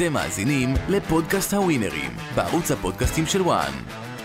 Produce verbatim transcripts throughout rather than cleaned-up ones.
אתם מאזינים לפודקאסט הווינרים, בערוץ הפודקאסטים של וואן.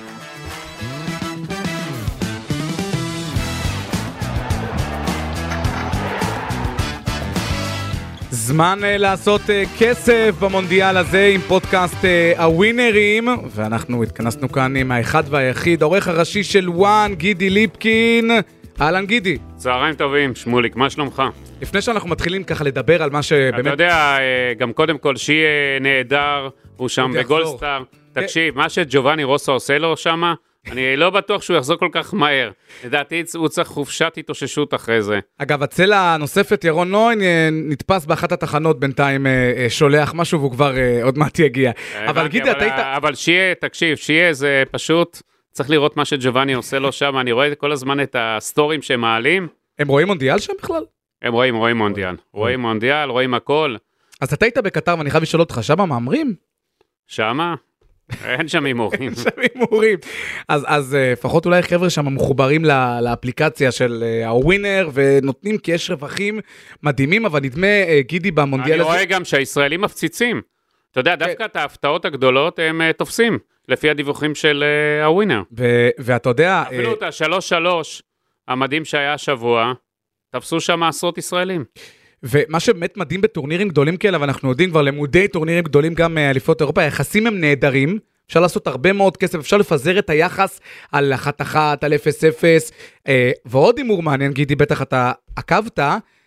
זמן uh, לעשות uh, כסף במונדיאל הזה עם פודקאסט uh, הווינרים, ואנחנו התכנסנו כאן עם האחד והיחיד, העורך הראשי של וואן, גידי ליפקין. אהלן גידי. צהריים טובים, שמוליק, מה שלומך? לפני שאנחנו מתחילים ככה לדבר על מה שבאמת... אתה יודע, גם קודם כל שיהיה נהדר, הוא שם בגולדסטאר. תקשיב, מה שג'ובאני רוסו עושה לו שם, אני לא בטוח שהוא יחזור כל כך מהר. לדעתי הוא צריך חופשת התאוששות אחרי זה. אגב, הצלע הנוספת, ירון נוין, נתפס באחת התחנות בינתיים שולח משהו והוא כבר עוד מעט יגיע. אבל גידי, אתה היית... אבל שיהיה, תקשיב, שיהיה זה פשוט... צריך לראות מה שג'ובאני עושה לו שם, אני רואה כל הזמן את הסטורים שהם מעלים. הם רואים מונדיאל שם בכלל? הם רואים, רואים מונדיאל. רואים מונדיאל, רואים הכל. אז אתה היית בקטר ואני חייב לשאול אותך, שמה מאמרים? שמה? אין שם הימורים. אין שם הימורים. אז, אז לפחות אולי חבר'ה שם מחוברים לאפליקציה של הווינר, ונותנים כי יש רווחים מדהימים, אבל נדמה גידי במונדיאל הזה... אני רואה גם שהישראלים מפציצים. אתה יודע, דווקא את ההפתעות הגדולות הם תופסים. לפי הדיווחים של uh, הווינר. ו- ואתה יודע... אפילו את השלוש שלוש, המדהים שהיה השבוע, תפסו שם עשרות ישראלים. ומה שבאמת מדהים בטורנירים גדולים כאלה, ואנחנו יודעים כבר למודי טורנירים גדולים גם אליפות אירופה, היחסים הם נהדרים, אפשר לעשות הרבה מאוד כסף, אפשר לפזר את היחס על אחת אחת, על אפס אפס, אה, ועוד הימור מעניין, גידי, בטח אתה עקבת,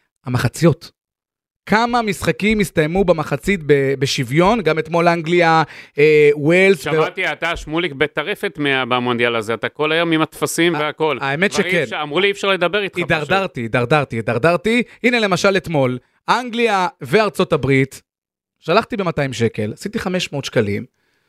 המחציות. כמה משחקים הסתיימו במחצית בשוויון, גם אתמול אנגליה, ווילס. שמעתי, אתה שמוליק בטרפת במונדיאל הזה, אתה כל היום עם התפסים והכל. האמת שכן. אמרו לי אי אפשר לדבר איתך. הידרדרתי, הידרדרתי, הידרדרתי. הנה למשל אתמול, אנגליה וארצות הברית, שלחתי ב-מאתיים שקל, עשיתי חמש מאות שקלים,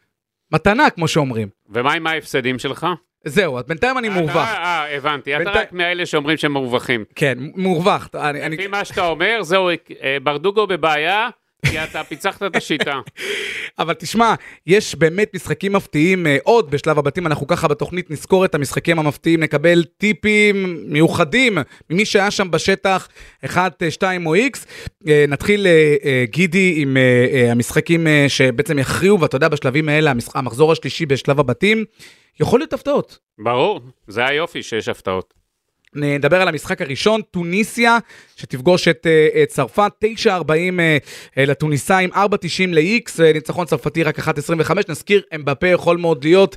מתנה כמו שאומרים. ומה עם ההפסדים שלך? זהו, אז בינתיים אני מורווח. אה, הבנתי, אתה רק מאלה שאומרים שהם מורווחים. כן, מורווח. לפי מה שאתה אומר, זהו, ברדוגו בבעיה, כי אתה פיצחת את השיטה. אבל תשמע, יש באמת משחקים מפתיעים עוד בשלב הבתים, אנחנו ככה בתוכנית נזכור את המשחקים המפתיעים, נקבל טיפים מיוחדים ממי שהיה שם בשטח, אחת, שתיים או איקס. נתחיל גידי עם המשחקים שבעצם יכריעו, ואתה יודע, בשלבים האלה, המחזור השלישי בשלב הבתים, יכול להיות הפתעות. ברור, זה היופי שיש הפתעות. נדבר על המשחק הראשון, טוניסיה, שתפגוש את, את צרפת, תשע ארבעים לטוניסאים, ארבע תשעים ל-X, ניצחון צרפתי רק אחת עשרים וחמש, נזכיר, אמבפה יכול מאוד להיות,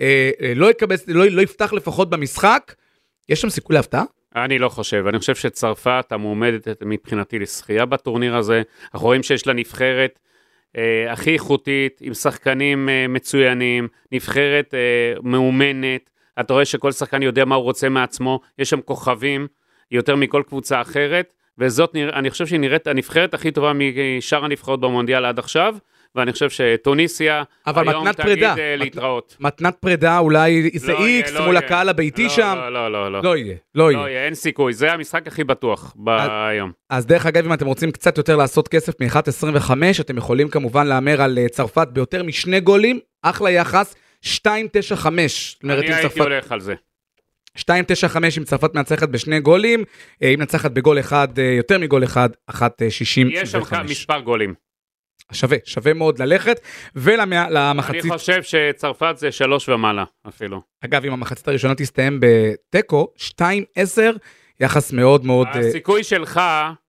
לא, יקבל, לא, לא יפתח לפחות במשחק, יש שם סיכוי להפתעה? אני לא חושב, אני חושב שצרפת המועמדת מבחינתי לשחייה בטורניר הזה, אנחנו רואים שיש לה נבחרת, Uh, הכי איכותית, עם שחקנים uh, מצוינים, נבחרת uh, מאומנת, אתה רואה שכל שחקן יודע מה הוא רוצה מעצמו, יש שם כוכבים יותר מכל קבוצה אחרת, וזאת נרא... אני חושב שהיא נראית הנבחרת הכי טובה משאר הנבחרות במונדיאל עד עכשיו, ואני חושב שטוניסיה היום תגיד פרידה. uh, להתראות. מתנת פרידה, אולי זה לא איקס לא מול יהיה. הקהל הביתי לא, שם. לא, לא, לא, לא. לא יהיה, לא יהיה. לא יהיה, אין סיכוי, זה המשחק הכי בטוח ביום. אז דרך אגב, אם אתם רוצים קצת יותר לעשות כסף מ-אחת עשרים וחמש, אתם יכולים כמובן לאמר על צרפת ביותר משני גולים, אחלה יחס, שתיים תשע חמש. אני הייתי צרפת... הולך על זה. שתיים תשע חמש עם צרפת מנצחת בשני גולים, אם נצחת בגול אחד, יותר מגול אחד, אחת שישים וחמש. יש שם מספר גולים. שווה, שווה מאוד ללכת, ולמחצית... אני חושב שצרפת זה שלוש ומעלה אפילו. אגב, אם המחצית הראשונה תסתיים בטקו, שתיים עשר, יחס מאוד מאוד... הסיכוי שלך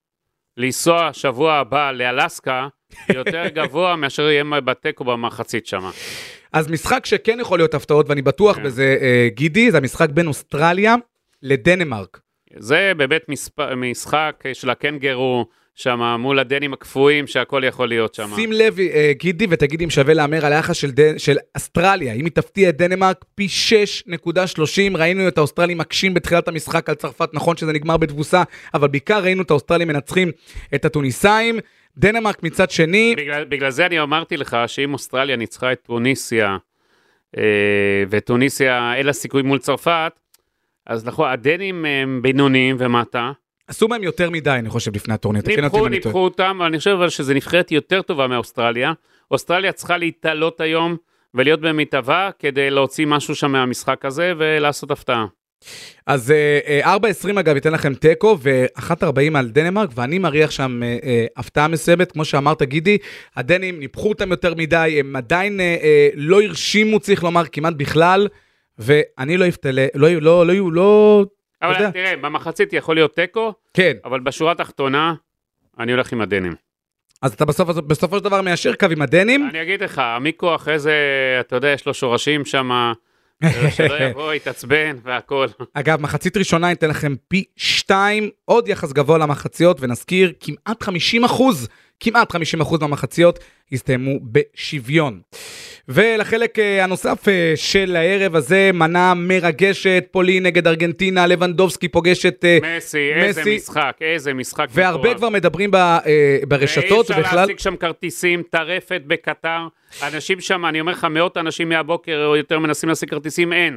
לנסוע שבוע הבא לאלסקה, יותר גבוה מאשר יהיה בטקו במחצית שם. אז משחק שכן יכול להיות הפתעות, ואני בטוח כן. בזה, גידי, זה המשחק בין אוסטרליה לדנמרק. זה באמת משחק של הקנגרו, שם מול הדנים הקפואים שהכל יכול להיות שם. שים לב גידי ותגיד אם שווה לאמר על היחס של, דנ... של אסטרליה, אם היא תפתיע את דנמרק פי שש נקודה שלושים, ראינו את האוסטרלים מקשים בתחילת המשחק על צרפת, נכון שזה נגמר בתבוסה, אבל בעיקר ראינו את האוסטרלים מנצחים את הטוניסאים, דנמרק מצד שני. בגלל, בגלל זה אני אמרתי לך שאם אוסטרליה ניצחה את טוניסיה, אה, וטוניסיה אין לה סיכוי מול צרפת, אז נכון, הדנים הם בינוניים ומטה, עשו מהם יותר מדי, אני חושב, לפני הטורניר. ניפחו, ניפחו אותם, אבל אני חושב שזה נבחרת יותר טובה מאוסטרליה. אוסטרליה צריכה להתעלות היום ולהיות במיטבה, כדי להוציא משהו שם מהמשחק הזה ולעשות הפתעה. אז ארבע עשרים אגב ייתן לכם טקו, ו-אחת ארבעים על דנמרק, ואני מריח שם אה, אה, הפתעה מסוימת, כמו שאמרת גידי, הדנים ניפחו אותם יותר מדי, הם עדיין אה, אה, לא הרשימו, צריך לומר, כמעט בכלל, ואני לא אפתלה, לא, לא, לא, לא, לא אבל תראה, תראה, במחצית יכול להיות טקו, כן. אבל בשורה התחתונה, אני הולך עם הדנים. אז אתה בסוף, בסופו של דבר מיישר קו עם הדנים? אני אגיד לך, המיקו אחרי זה, אתה יודע, יש לו שורשים שם, שלא יבוא, יתעצבן והכל. אגב, מחצית ראשונה ניתן לכם פי שתיים, עוד יחס גבוה למחציות, ונזכיר, כמעט חמישים אחוז, כמעט חמישים אחוז מהמחציות הסתיימו בשוויון. ולחלק הנוסף של הערב הזה, מנה מרגשת, פולין נגד ארגנטינה, לבנדובסקי פוגש את מסי, איזה משחק, איזה משחק. והרבה כבר מדברים ברשתות. ואי אפשר להציג שם כרטיסים, טרפת בקטר, אנשים שם, אני אומר לך, מאות אנשים מהבוקר או יותר מנסים להשיג כרטיסים, אין.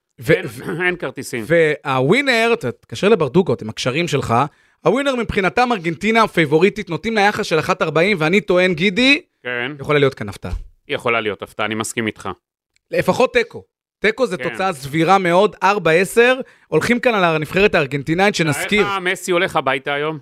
אין כרטיסים. והווינר, תתקשר לברדוגות עם הקשרים שלך, הווינר מבחינתם ארגנטינה פייבוריטית, נותנים לה יחס של אחת ארבעים, ואני טוען גידי, כן. יכולה להיות כאן הפתעה. יכולה להיות הפתעה, אני מסכים איתך. לפחות טקו. טקו זה כן. תוצאה סבירה מאוד, ארבע עשר, הולכים כאן על הנבחרת הארגנטינאית שנזכיר. איך מסי הולך הביתה היום?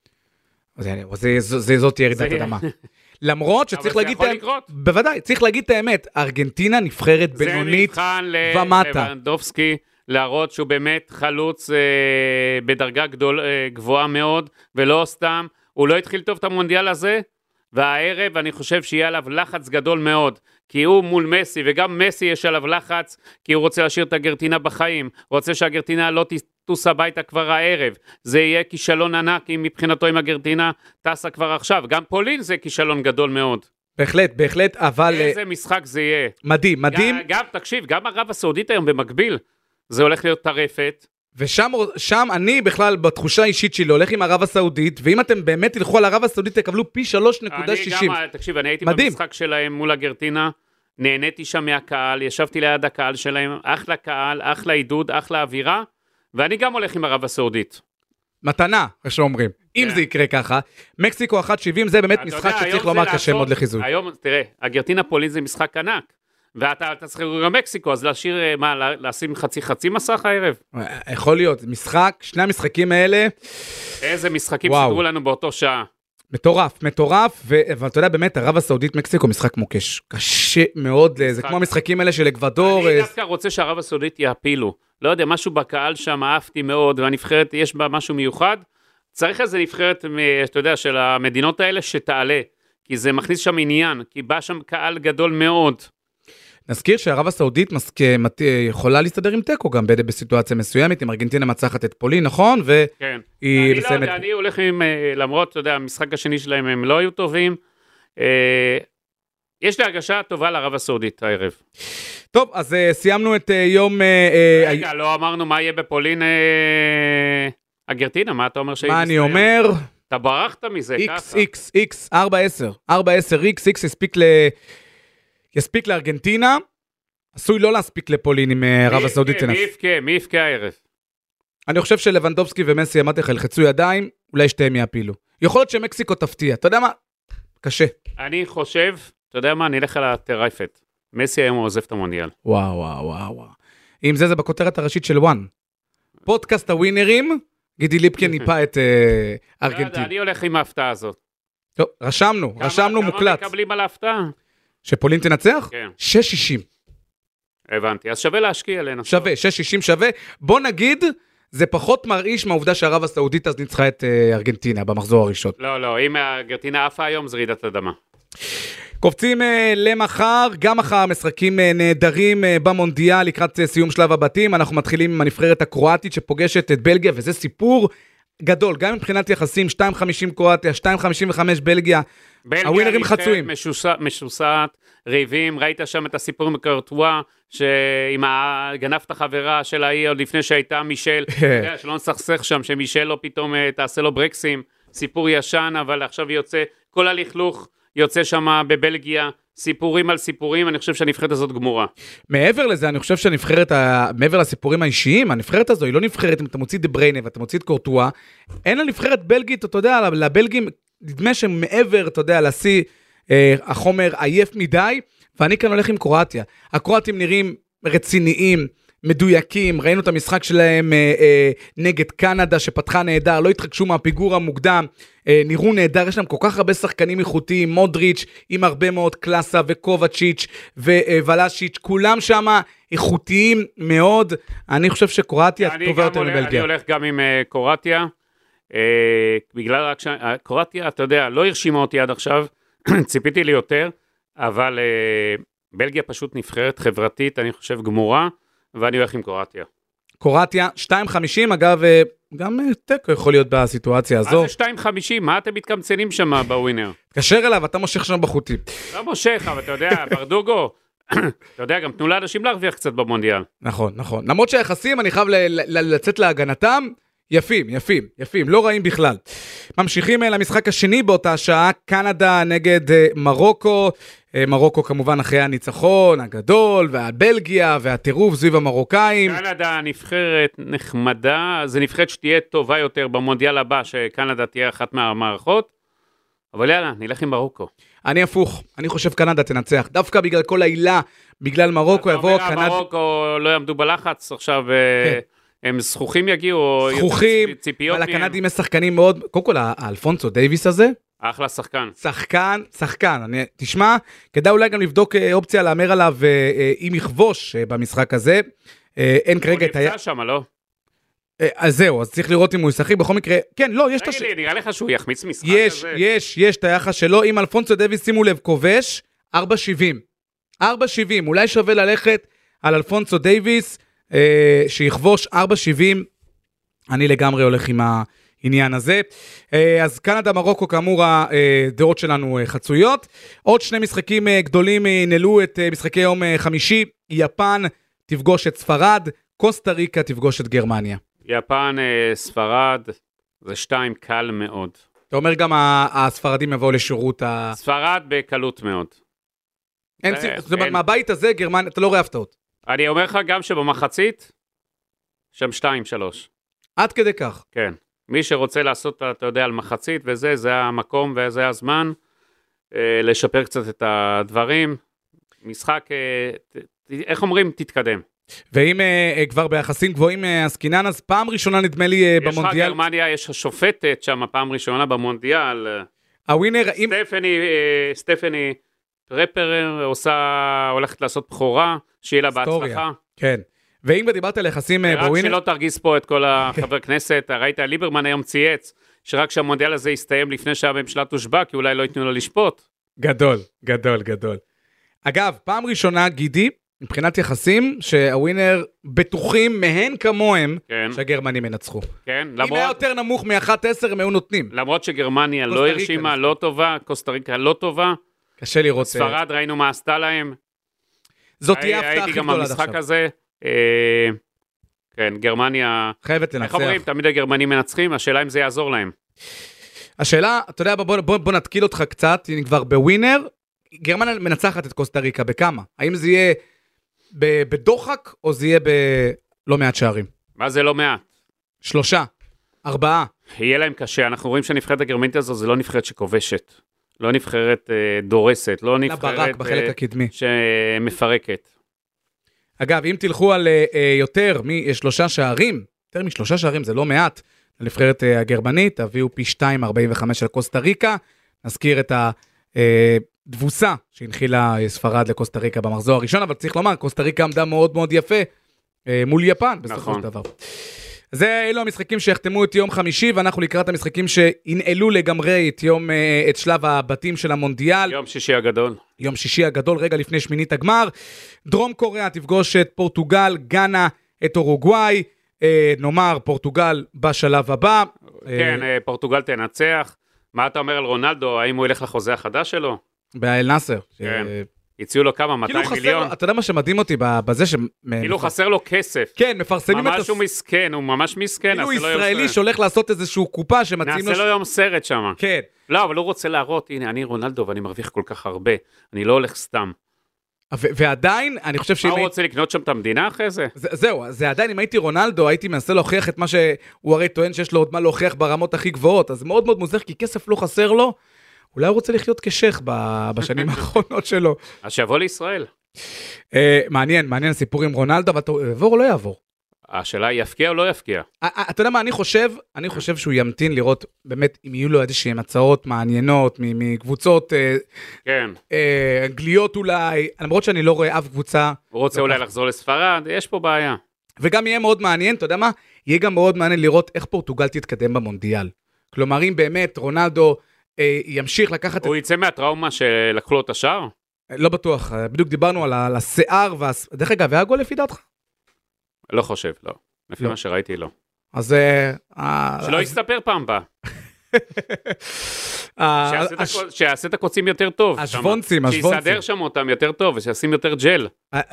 זה, זה, זה, זה זאת ירידת אדמה. למרות שצריך להגיד... אבל זה יכול לקרות. בוודאי, צריך להגיד את האמת, ארגנטינה נבחרת בינונית ומטה. זה נבחן ללבנדובסקי, להראות שהוא באמת חלוץ אה, בדרגה גדול, אה, גבוהה מאוד, ולא סתם, הוא לא התחיל טוב את המונדיאל הזה, והערב אני חושב שיהיה עליו לחץ גדול מאוד, כי הוא מול מסי, וגם מסי יש עליו לחץ, כי הוא רוצה להשאיר את ארגנטינה בחיים, הוא רוצה שהארגנטינה לא תטוס הביתה כבר הערב, זה יהיה כישלון ענק, אם מבחינתו עם ארגנטינה טסה כבר עכשיו, גם פולין זה כישלון גדול מאוד. בהחלט, בהחלט, אבל... איזה משחק זה יהיה. מדהים, מדהים. גם, גם תקשיב, גם ערב הסעודית היום במקביל, זה הולך להיות טרפת. ושם שם אני בכלל בתחושה האישית שלי הולך עם ערב הסעודית, ואם אתם באמת תלכו על ערב הסעודית תקבלו פי שלוש נקודה שישים. תקשיב, אני הייתי מדהים. במשחק שלהם מול ארגנטינה, נהניתי שם מהקהל, ישבתי ליד הקהל שלהם, אחלה קהל, אחלה עידוד, אחלה אווירה, ואני גם הולך עם ערב הסעודית. מתנה, איך שאומרים. אם זה יקרה ככה, מקסיקו אחת שבעים זה באמת משחק שצריך לומר קשה מאוד לחיזוי. היום, תראה, ארגנטינה פולין זה משחק ענק. ואתה צריך גם מקסיקו, אז להשאיר, מה, לשים חצי חצי מסך הערב? יכול להיות, משחק, שני המשחקים האלה. איזה משחקים סדרו לנו באותו שעה. מטורף, מטורף, אבל אתה יודע, באמת, ערב הסעודית מקסיקו, משחק מוקש. קשה מאוד, זה כמו המשחקים האלה של אקוודור. אני דווקא רוצה שערב הסעודית יעפילו. לא יודע, משהו בקהל שם אהבתי מאוד, והנבחרת, יש בה משהו מיוחד. צריך איזה נבחרת, אתה יודע, של המדינות האלה שתעלה, כי זה מכניס שם עניין, כי בא שם קהל גדול מאוד. נזכיר שערב הסעודית יכולה להסתדר עם טקו גם בסיטואציה מסוימת, עם ארגנטינה מצחת את פולין, נכון? כן. אני לא יודע, אני הולך עם, למרות, אתה יודע, המשחק השני שלהם הם לא היו טובים, יש לי הרגשה טובה לערב הסעודית הערב. טוב, אז סיימנו את יום... רגע, לא אמרנו מה יהיה בפולין ארגנטינה, מה אתה אומר שהיא... מה אני אומר? אתה ברחת מזה ככה. איקס, איקס, איקס, ארבע עשר, ארבע עשר, איקס, איקס, הספיק ל... יספיק לארגנטינה, עשוי לא להספיק לפולין עם ערב הסעודית תנס. מי יפקה, מי יפקה הערב? אני חושב שלבנדובסקי ומסי, אמרתי לך, ילחצו ידיים, אולי שתיהם יעפילו. יכול להיות שמקסיקו תפתיע, אתה יודע מה? קשה. אני חושב, אתה יודע מה, אני אלך על הטרייפת. מסי היום הוא עוזב את המונדיאל. וואו, וואו, וואו, וואו. אם זה, זה בכותרת הראשית של וואן. פודקאסט הווינרים, גידי ליפקין ניפה את ארגנטינה. אני הולך עם ההפתעה הזאת. טוב, רשמנו, רשמנו מוקלט. כמה מקבלים על ההפתעה? שפולין תנצח? כן. שש שישים. הבנתי, אז שווה להשקיע לנסות. שווה, שש שישים שווה. בוא נגיד, זה פחות מרעיש מהעובדה שערב הסעודית אז ניצחה את uh, ארגנטינה במחזור הראשון. לא, לא, אם ארגנטינה עפה היום זה רעידת אדמה. קופצים uh, למחר, גם מחר משחקים uh, נהדרים uh, במונדיאל לקראת uh, סיום שלב הבתים. אנחנו מתחילים עם הנבחרת הקרואטית שפוגשת את בלגיה, וזה סיפור גדול, גם מבחינת יחסים, שתיים חמישים קרואטיה, שתיים חמישים וחמש בלגיה, הווינרים חצויים. בלגיה משוסעת, ריבים, ראית שם את הסיפור עם קורטואה, שעם גנבת החברה של ההיא עוד לפני שהייתה מישל, שלא נסכסך שם, שמישל לא פתאום תעשה לו ברקסים, סיפור ישן, אבל עכשיו יוצא, כל הלכלוך יוצא שם בבלגיה, סיפורים על סיפורים, אני חושב שהנבחרת הזאת גמורה. מעבר לזה, אני חושב שהנבחרת, מעבר לסיפורים האישיים, הנבחרת הזו היא לא נבחרת, אם אתה מוציא דבריינה ואתה מוציא את קורטואה, אין לנבחרת בלגית, אתה יודע, לבלגים, נדמה שמעבר, אתה יודע, לשיא, אה, החומר עייף מדי, ואני כאן הולך עם קרואטיה. הקרואטים נראים רציניים, מדויקים, ראינו את המשחק שלהם אה, אה, נגד קנדה שפתחה נהדר, לא התחגשו מהפיגור המוקדם, אה, נראו נהדר, יש להם כל כך הרבה שחקנים איכותיים, מודריץ' עם הרבה מאוד קלאסה וקובצ'יץ' ווולשיץ', כולם שם איכותיים מאוד, אני חושב שקרואטיה טובה יותר מבלגיה. אני הולך גם עם uh, קרואטיה, uh, בגלל רק ש... קרואטיה, אתה יודע, לא הרשימה אותי עד עכשיו, ציפיתי לי יותר, אבל uh, בלגיה פשוט נבחרת חברתית, אני חושב גמורה, ואני הולך עם קרואטיה. קרואטיה, שתיים חמישים, אגב, גם טקו יכול להיות בסיטואציה הזו. מה זה שתיים חמישים? מה אתם מתקמצנים שם בווינר? תקשר אליו, אתה מושך שם בחוטים. לא מושך, אבל אתה יודע, ברדוגו, אתה יודע, גם תנו לאנשים להרוויח קצת במונדיאל. נכון, נכון. למרות שהיחסים, אני חייב לצאת להגנתם, יפים, יפים, יפים, לא רעים בכלל. ממשיכים למשחק השני באותה שעה, קנדה נגד מרוקו, מרוקו כמובן אחרי הניצחון הגדול, והבלגיה, והטירוף סביב המרוקאים. קנדה נבחרת נחמדה, זה נבחרת שתהיה טובה יותר במונדיאל הבא, שקנדה תהיה אחת מהמערכות, אבל יאללה, נלך עם מרוקו. אני הפוך, אני חושב קנדה תנצח, דווקא בגלל כל העילה, בגלל מרוקו יבוא קנדה... אתה אומר, מרוקו לא יעמדו בלחץ, עכשיו... כן. הם זכוכים יגיעו, זכוכים, אבל הקנדים יש שחקנים מאוד, קודם כל, האלפונסו דייביס הזה, אחלה שחקן. שחקן, שחקן, אני, תשמע, כדאי אולי גם לבדוק אופציה לאמר עליו אם יכבוש במשחק הזה, אין כרגע את... הוא נפצע שם, לא? אז זהו, אז צריך לראות אם הוא ישחק, בכל מקרה, כן, לא, יש את הש... נראה לך שהוא יחמיץ משחק יש, הזה? יש, יש את היחס שלו, אם אלפונסו דייביס, שימו לב, כובש, ארבע שבעים, ארבע שבעים, אולי שווה ללכת על אלפונסו דייביס, שיכבוש ארבע שבעים, אני לגמרי הולך עם העניין הזה. אז קנדה, מרוקו, כאמור, הדעות שלנו חצויות. עוד שני משחקים גדולים נלו את משחקי יום חמישי, יפן תפגוש את ספרד, קוסטה ריקה תפגוש את גרמניה. יפן, ספרד, זה שתיים קל מאוד. אתה אומר גם הספרדים יבואו לשירות ה... ספרד בקלות מאוד. אין, זאת אומרת, מהבית הזה, גרמניה, אתה לא רואה הפתעות. אני אומר לך גם שבמחצית, שם שתיים, שלוש. עד כדי כך. כן. מי שרוצה לעשות, אתה יודע, על מחצית וזה, זה המקום וזה הזמן, אה, לשפר קצת את הדברים. משחק, אה, איך אומרים, תתקדם. ואם אה, כבר ביחסים גבוהים אה, עסקינן, אז פעם ראשונה נדמה לי אה, במונדיאל. יש לך גרמניה, יש שופטת שם פעם ראשונה במונדיאל. הווינר, סטפני, אה, סטפני, רפר עושה, הולכת לעשות בחורה, שיהיה לה בהצלחה. כן. ואם דיברת על יחסים בווינר... בווינר... רק שלא תרגיז פה את כל החבר כנסת, ראית, ליברמן היום צייץ, שרק שהמונדיאל הזה יסתיים לפני שהממשלה תושבע, כי אולי לא ייתנו לו לשפוט. גדול, גדול, גדול. אגב, פעם ראשונה, גידי, מבחינת יחסים, שהווינר בטוחים מהן כמוהם, כן. שהגרמנים ינצחו. כן, למרות... אם היה יותר נמוך מ-אחת עשר, הם היו נותנים. למרות שגרמניה לא הרשימה, לא טובה, קוסטה ריקה לא טובה, קשה לראות. ספרד ראינו מה עשתה להם. זאת תהיה הפתעה הכי גדולה עד עכשיו. הייתי גם במשחק הזה. כן, גרמניה... חייבת לנצח. איך אומרים? תמיד הגרמנים מנצחים, השאלה אם זה יעזור להם. השאלה, אתה יודע, בוא, בוא, בוא נתקיל אותך קצת, הנה כבר בווינר, גרמניה מנצחת את קוסטה ריקה, בכמה? האם זה יהיה בדוחק, או זה יהיה בלא מעט שערים? מה זה לא מעט? שלושה, ארבעה. יהיה להם קשה, אנחנו רואים שהנבחרת הגרמנית הזו, זה לא נבחרת שכובשת. לא נבחרת אה, דורסת, לא נבחרת בחלק הקדמי. שמפרקת. אגב, אם תלכו על אה, יותר משלושה שערים, יותר משלושה שערים זה לא מעט, לנבחרת אה, הגרמנית, תביאו פי שתיים ארבעים וחמש של קוסטה ריקה, נזכיר את הדבוסה אה, שהנחילה ספרד לקוסטה ריקה במחזור הראשון, אבל צריך לומר, קוסטה ריקה עמדה מאוד מאוד יפה אה, מול יפן, בסופו של דבר. זה אלו המשחקים שהחתמו את יום חמישי, ואנחנו לקראת המשחקים שהנעלו לגמרי את יום, את שלב הבתים של המונדיאל. יום שישי הגדול. יום שישי הגדול, רגע לפני שמינית הגמר. דרום קוריאה תפגוש את פורטוגל, גאנה את אורוגוואי, נאמר פורטוגל בשלב הבא. כן, פורטוגל תנצח. מה אתה אומר על רונלדו? האם הוא ילך לחוזה החדש שלו? באל נאסר. כן. הציעו לו כמה, מאתיים מיליון. אתה יודע מה שמדהים אותי בזה ש... כאילו חסר לו כסף. כן, מפרסמים את... ממש הוא מסכן, הוא ממש מסכן. כאילו ישראלי שהולך לעשות איזשהו קופה שמציעים לו... נעשה לו יום סרט שם. כן. לא, אבל הוא רוצה להראות, הנה, אני רונלדו ואני מרוויח כל כך הרבה. אני לא הולך סתם. ועדיין, אני חושב שאם... מה הוא רוצה לקנות שם את המדינה אחרי זה? זהו, זה עדיין, אם הייתי רונלדו, הייתי מנסה להוכיח את מה שהוא הרי טוען שיש לו עוד מה להוכיח ברמות הכי גבוהות, אז מאוד מאוד מוזר, כי כסף לא חסר לו, אולי הוא רוצה לחיות כשייך בשנים האחרונות שלו. אז שיבוא לישראל. מעניין, מעניין הסיפור עם רונלדו, אבל יעבור או לא יעבור? השאלה היא יפקיע או לא יפקיע? אתה יודע מה, אני חושב, אני חושב שהוא ימתין לראות באמת אם יהיו לו איזושהי הצעות מעניינות מקבוצות אנגליות אולי, למרות שאני לא רואה אף קבוצה. הוא רוצה אולי לחזור לספרד, יש פה בעיה. וגם יהיה מאוד מעניין, אתה יודע מה? יהיה גם מאוד מעניין לראות איך פורטוגל תתקדם במונדיאל. כלומר, אם באמת רונלדו ימשיך לקחת... הוא יצא מהטראומה שלקחו לו את השער? לא בטוח, בדיוק דיברנו על השיער, דרך אגב, היה גול לפי דעתך? לא חושב, לא. לפי מה שראיתי, לא. אז... שלא יסתפר פעם בה. שיעשה את הקוצים יותר טוב. השוונצים, השוונצים. שיסדר שם אותם יותר טוב, ושישים יותר ג'ל.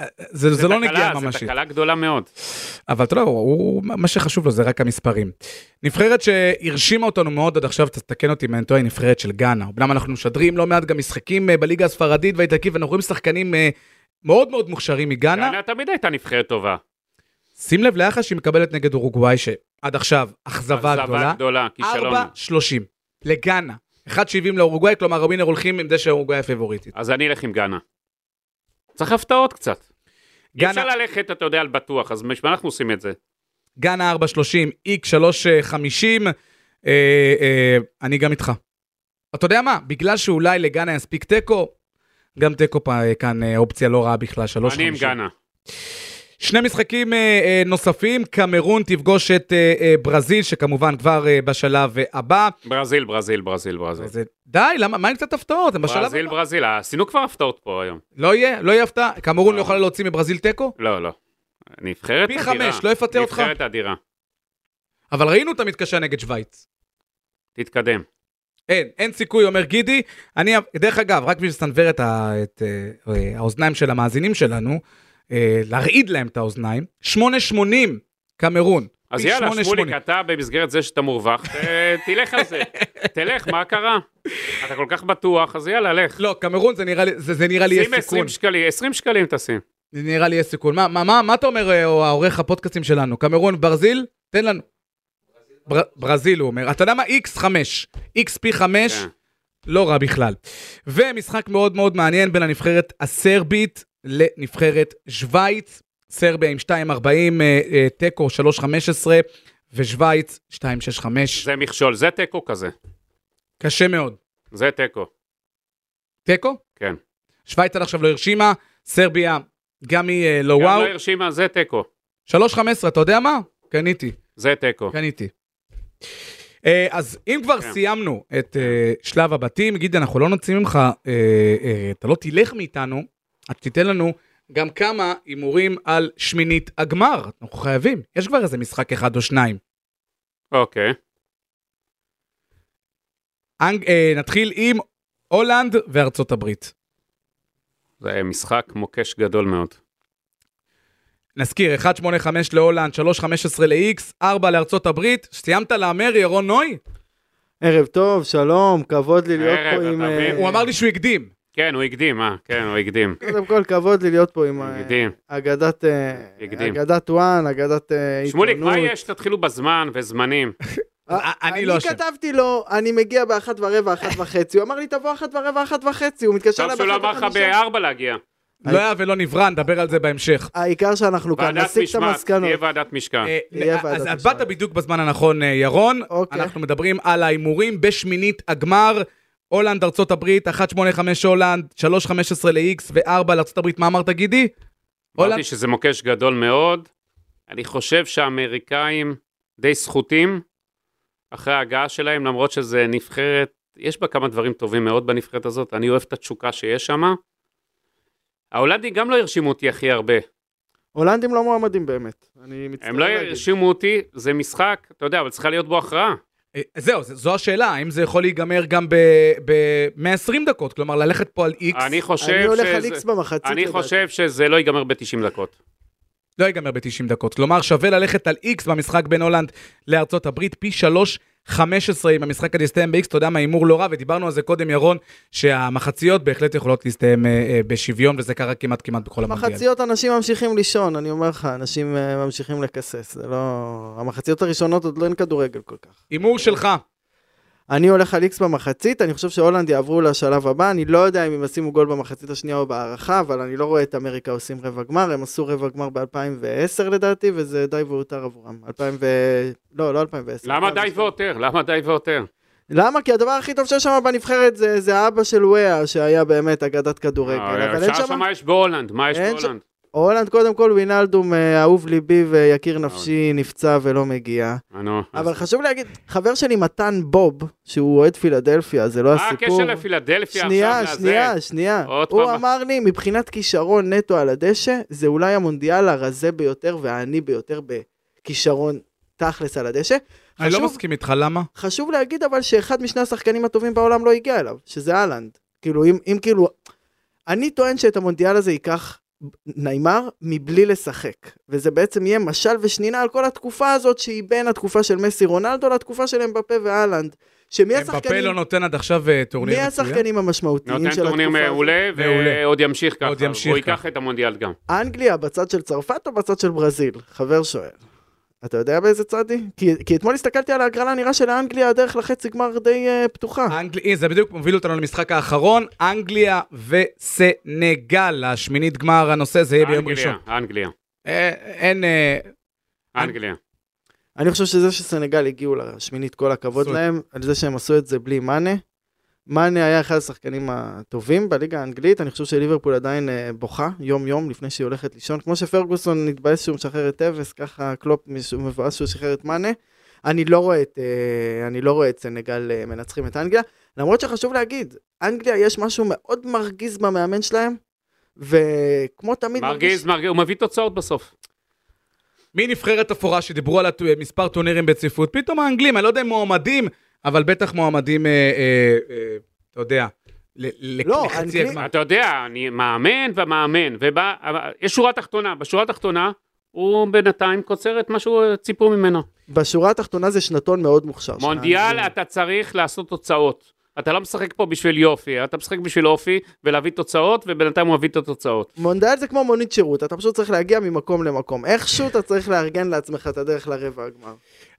זה לא נגיע ממשית. זה תקלה גדולה מאוד. אבל אתה לא, מה שחשוב לו זה רק המספרים. נבחרת שהרשימה אותנו מאוד עד עכשיו, תתקן אותי אם אני טועה, נבחרת של גאנה. בנם אנחנו משדרים לא מעט גם משחקים בליגה הספרדית והאיטלקית, ואנחנו רואים שחקנים מאוד מאוד מוכשרים מגאנה. גאנה תמיד הייתה נבחרת טובה. שים לב לאחר שהיא מקבלת נגד אורוגוואי, שעד עכשיו אכזבה גדולה. גדולה, כישלון. ארבע שלושים לגאנה. אחד שבעים לאורוגוואי, כלומר רבינר הולכים עם זה שאורוגוואי הפייבוריטית. אז אני אלך עם גאנה. צריך הפתעות קצת. גאנה... אפשר ללכת, אתה יודע, על בטוח, אז משמע אנחנו עושים את זה. גאנה ארבע שלושים, איקס שלוש חמישים, אה, אה, אני גם איתך. אתה יודע מה? בגלל שאולי לגאנה יספיק טקו, גם טקו כאן אופציה לא רעה בכלל, שלוש חמישים. אני עם גאנה. שני משחקים אה, אה, נוספים, קמרון תפגוש את אה, אה, ברזיל, שכמובן כבר אה, בשלב הבא. ברזיל, ברזיל, ברזיל, ברזיל. זה, די, למה, מה עם קצת הפתעות? ברזיל, ברזיל, עשינו כבר הפתעות פה היום. לא יהיה, לא יהיה הפתעה. קמרון לא יכולה להוציא מברזיל טקו? לא, לא. נבחרת אדירה. פי חמש, לא יפתה אותך? נבחרת אדירה. אבל ראינו את המתקשה נגד שוויץ. תתקדם. אין, אין סיכוי, אומר גידי. אני, דרך אגב, רק בשביל לסנבר את, את, את האוזניים של המאזינים שלנו, להרעיד להם את האוזניים, שמונה שמונים קמרון. אז יאללה, שמוליק, אתה במסגרת זה שאתה מורווח, תלך על זה. תלך, מה קרה? אתה כל כך בטוח, אז יאללה, לך. לא, קמרון זה נראה לי, זה נראה לי יש סיכון. שים עשרים שקלים, עשרים שקלים תשים. זה נראה לי יש סיכון. מה, מה, מה אתה אומר, העורך הפודקאסטים שלנו? קמרון, ברזיל? תן לנו. ברזיל, הוא אומר. אתה יודע מה? איקס חמש. איקס פי חמש, לא רע בכלל. ומשחק מאוד מאוד מעניין בין הנבחרת הסרבית לנבחרת שוויץ, סרביה עם שתיים ארבעים, טקו שלוש חמש עשרה, ושוויץ שתיים שש חמש. זה מכשול, זה טקו כזה. קשה מאוד. זה טקו. טקו? כן. שוויץ עד עכשיו לא הרשימה, סרביה גם היא לא וואו. גם לא הרשימה, זה טקו. שלוש חמש עשרה, אתה יודע מה? קניתי. זה טקו. קניתי. אז אם כבר סיימנו את שלב הבתים, גידי, אנחנו לא נוצאים ממך, אתה לא תלך מאיתנו, את תיתן לנו גם כמה אימורים על שמינית הגמר. אנחנו חייבים. יש כבר איזה משחק אחד או שניים. אוקיי. אנג, אה, נתחיל עם הולנד וארצות הברית. זה משחק מוקש גדול מאוד. נזכיר, אחת שמונה חמש להולנד, שלוש חמש עשרה ל-X, ארבע לארצות הברית. סיימת לאמר, ירון נוי? ערב טוב, שלום, כבוד לי להיות פה עם... הוא אמר לי שהוא הקדים. כן, הוא הקדים, אה? כן, הוא הקדים. קודם כל, כבוד לי להיות פה עם אגדת אגדת וואן, אגדת עיתונות. שמוליק, מה יש? תתחילו בזמן וזמנים. אני לא אשם. אני כתבתי לו, אני מגיע באחת ורבע, אחת וחצי. הוא אמר לי, תבוא אחת ורבע, אחת וחצי. הוא מתקשר לה באחת וחמישה. טוב, שהוא לא אמר לך בארבע להגיע. לא היה ולא נברא, נדבר על זה בהמשך. העיקר שאנחנו כאן נסיק את המסקנות. תהיה ועדת משקע. אז את באת בדיוק בזמן הנכון, ירון. אנחנו מדברים על האימורים בשמינית הגמר. הולנד, ארצות הברית, אחת שמונה חמש הולנד, שלוש חמש עשרה ל-X ו-ארבע לארצות הברית. מה אמרת, גידי? אמרתי שזה מוקש גדול מאוד. אני חושב שהאמריקאים די זכותים אחרי ההגעה שלהם, למרות שזה נבחרת, יש בה כמה דברים טובים מאוד בנבחרת הזאת. אני אוהב את התשוקה שיש שם. ההולנדים גם לא הרשימו אותי הכי הרבה. הולנדים לא מועמדים באמת. הם לא הרשימו אותי, זה משחק, אתה יודע, אבל צריכה להיות בו הכרעה. זהו, זו השאלה, האם זה יכול להיגמר גם ב-מאה ועשרים דקות, כלומר ללכת פה על X. אני חושב אני הולך על X במחצית. אני חושב שזה לא ייגמר ב-תשעים דקות. לא ייגמר ב-תשעים דקות, כלומר שווה ללכת על X במשחק בין הולנד לארצות הברית, פי שלוש חמש עשרה אם המשחק עד יסתיים ב-X, אתה יודע מה, אימור לא רע, ודיברנו על זה קודם ירון, שהמחציות בהחלט יכולות להסתיים בשוויון, וזה קרה כמעט כמעט בכל המונדיאל. מחציות אנשים ממשיכים לישון, אני אומר לך, אנשים ממשיכים לקסס, זה לא... המחציות הראשונות עוד לא אין כדורגל כל כך. אימור שלך. אני הולך על איקס במחצית, אני חושב שהולנד יעברו לשלב הבא, אני לא יודע אם הם ישימו גול במחצית השנייה או בהערכה, אבל אני לא רואה את אמריקה עושים רבע גמר, הם עשו רבע גמר ב-אלפיים ועשר לדעתי, וזה די והותר עבורם. אלפיים ו... לא, לא אלפיים ועשר. למה די והותר? למה די והותר? למה? כי הדבר הכי טוב שיש שם בנבחרת זה, זה האבא של וויה, שהיה באמת אגדת כדורגל. אפשר שם מה יש בהולנד? מה יש בהולנד? הולנד קודם כל וינאלדום אהוב ליבי ויקיר נפשי נפצע ולא מגיע. אבל חשוב להגיד, חבר שלי מתן בוב, שהוא אוהד פילדלפיה, זה לא הסיפור. מה הקשר לפילדלפיה עכשיו? שנייה, שנייה, שנייה. הוא אמר לי, מבחינת כישרון נטו על הדשא, זה אולי המונדיאל הרזה ביותר והעני ביותר בכישרון תכלס על הדשא. אני לא מסכים איתך, למה? חשוב להגיד אבל שאחד משני השחקנים הטובים בעולם לא הגיע אליו, שזה הלנד. כאילו, אם, אם כאילו, אני טוען שאת המונדיאל הזה ייקח ניימר מבלי לשחק, וזה בעצם יהיה משל ושנינה על כל התקופה הזאת שהיא בין התקופה של מסי רונלדו לתקופה של אמבפה והלנד. אמבפה לא נותן עד עכשיו טורניר מצוין? מי השחקנים המשמעותיים של התקופה? נותן טורניר מעולה ועוד ימשיך ככה, הוא ייקח את המונדיאל גם. אנגליה בצד של צרפת או בצד של ברזיל? חבר שואל. אתה יודע באיזה צעדי? כי, כי אתמול הסתכלתי על ההגרלה, נראה שלאנגליה הדרך לחצי גמר די uh, פתוחה. אנגליה, זה בדיוק מוביל אותנו למשחק האחרון, אנגליה וסנגל, השמינית גמר הנושא, זה יהיה ביום ראשון. אנגליה. אה, אין... אה, אנגליה. אני חושב שזה שסנגל הגיעו לשמינית, כל הכבוד עשו... להם, על זה שהם עשו את זה בלי מאנה. מאנה היה אחד השחקנים הטובים בליגה האנגלית, אני חושב שליברפול עדיין uh, בוכה יום-יום לפני שהיא הולכת לישון, כמו שפרגוסון נתבאס שהוא משחרר את טווס, ככה קלופ מבאס שהוא שחרר את מאנה. אני לא רואה את, uh, אני לא רואה את סנגל uh, מנצחים את אנגליה, למרות שחשוב להגיד, אנגליה יש משהו מאוד מרגיז במאמן שלהם, וכמו תמיד... מרגיז, מרגיז, הוא מביא תוצאות בסוף. מי נבחרת אפורה שדיברו על מספר טורנירים בציפות? פתאום האנגלים, אני לא יודע אם מועמדים, אבל בטח מועמדים, אה, אה, אה, אתה יודע, לא, לחצי הזמן. אתה יודע, אני מאמן ומאמן, ויש שורה תחתונה, בשורה תחתונה, הוא בינתיים קוצר את מה שהוא ציפו ממנו. בשורה התחתונה זה שנתון מאוד מוכשר. מונדיאל אתה צריך לעשות תוצאות. אתה לא משחק פה בשביל יופי, אתה משחק בשביל אופי, ולהביא תוצאות, ובינתיים הוא מביא את התוצאות. מונדיאל זה כמו מונית שירות, אתה פשוט צריך להגיע ממקום למקום. איכשהו אתה צריך לארגן לעצמך את הדרך לרבע הגמר.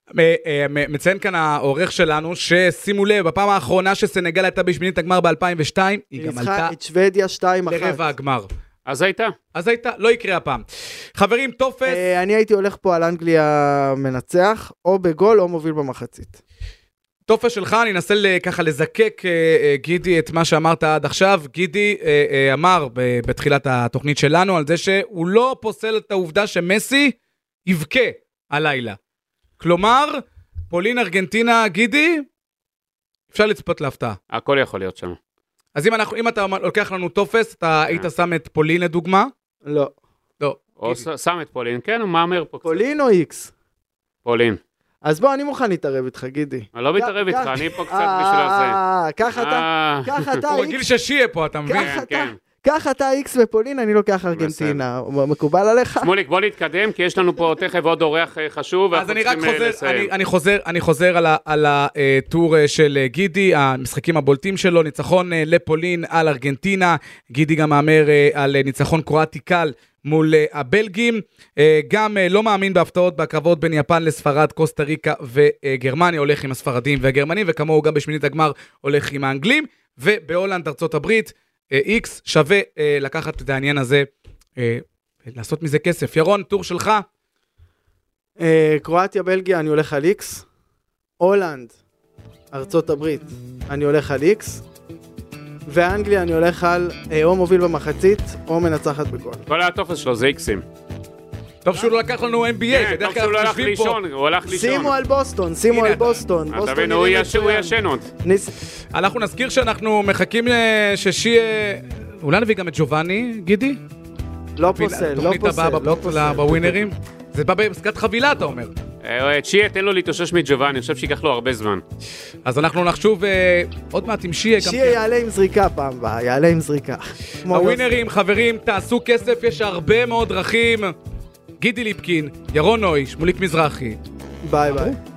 מציין כאן העורך שלנו, ששימו לב, בפעם האחרונה שסנגל הייתה בשמינית הגמר ב-אלפיים ושתיים, היא גם עלתה את שוודיה שתיים אחת. לרבע הגמר. אז הייתה. אז הייתה, לא יקרה הפעם. חברים, טופס. אני הייתי הולך פה על אנגליה מנצח, או בגול או מוביל במחצית. טופס שלך, אני אנסה ככה לזקק, גידי, את מה שאמרת עד עכשיו. גידי אמר בתחילת התוכנית שלנו על זה שהוא לא פוסל את העובדה שמסי יבכה הלילה. כלומר, פולין ארגנטינה, גידי, אפשר לצפות להפתעה. הכל יכול להיות שם. אז אם, אנחנו, אם אתה לוקח לנו טופס, אתה היית שם את פולין לדוגמה? לא. לא. או שם את פולין, כן, הוא מאמר פה קצת. פולין או איקס? פולין. אז בוא, אני מוכן להתערב איתך, גידי. אני לא מתערב איתך, אני פה קצת בשביל הזה. ככה אתה, ככה אתה... הוא רגיל ששיהיה פה, אתה מבין? ככה אתה איקס ופולין, אני לוקח ארגנטינה. מקובל עליך? שמוליק, בוא נתקדם, כי יש לנו פה תכף עוד אורח חשוב. אז אני רק חוזר, אני חוזר על הטור של גידי, המשחקים הבולטים שלו, ניצחון לפולין על ארגנטינה, גידי גם מאמר על ניצחון קרואטי קל, מול הבלגים, גם לא מאמין בהפתעות בקרבות בין יפן לספרד, קוסטה ריקה וגרמניה, הולך עם הספרדים והגרמנים, וכמוהו גם בשמינית הגמר הולך עם האנגלים, ובהולנד ארצות הברית, איקס שווה לקחת את העניין הזה, לעשות מזה כסף. ירון, טור שלך? קרואטיה, בלגיה, אני הולך על איקס, הולנד, ארצות הברית, אני הולך על איקס, ואנגליה אני הולך על או מוביל במחצית, או מנצחת בגול. כל הטופס שלו זה איקסים. טוב שהוא לא לקח לנו אן בי איי, טוב שהוא לא הלך לישון, הוא הלך לישון. שימו על בוסטון, שימו על בוסטון. אתה מבין, הוא ישן עוד. אנחנו נזכיר שאנחנו מחכים ששיהיה, אולי נביא גם את ג'ובאני, גידי? לא פוסל, לא פוסל. תוכנית הבאה בווינרים. זה בא בעסקת חבילה, אתה אומר. צ'יה, תן לו להתאושש מג'ובאני, אני חושב שיקח לו הרבה זמן. אז אנחנו נחשוב עוד מעט עם שיה. שיה יעלה עם זריקה פעם הבאה, יעלה עם זריקה. הווינרים, חברים, תעשו כסף, יש הרבה מאוד דרכים. גידי ליפקין, ירון נוי, שמוליק מזרחי. ביי ביי.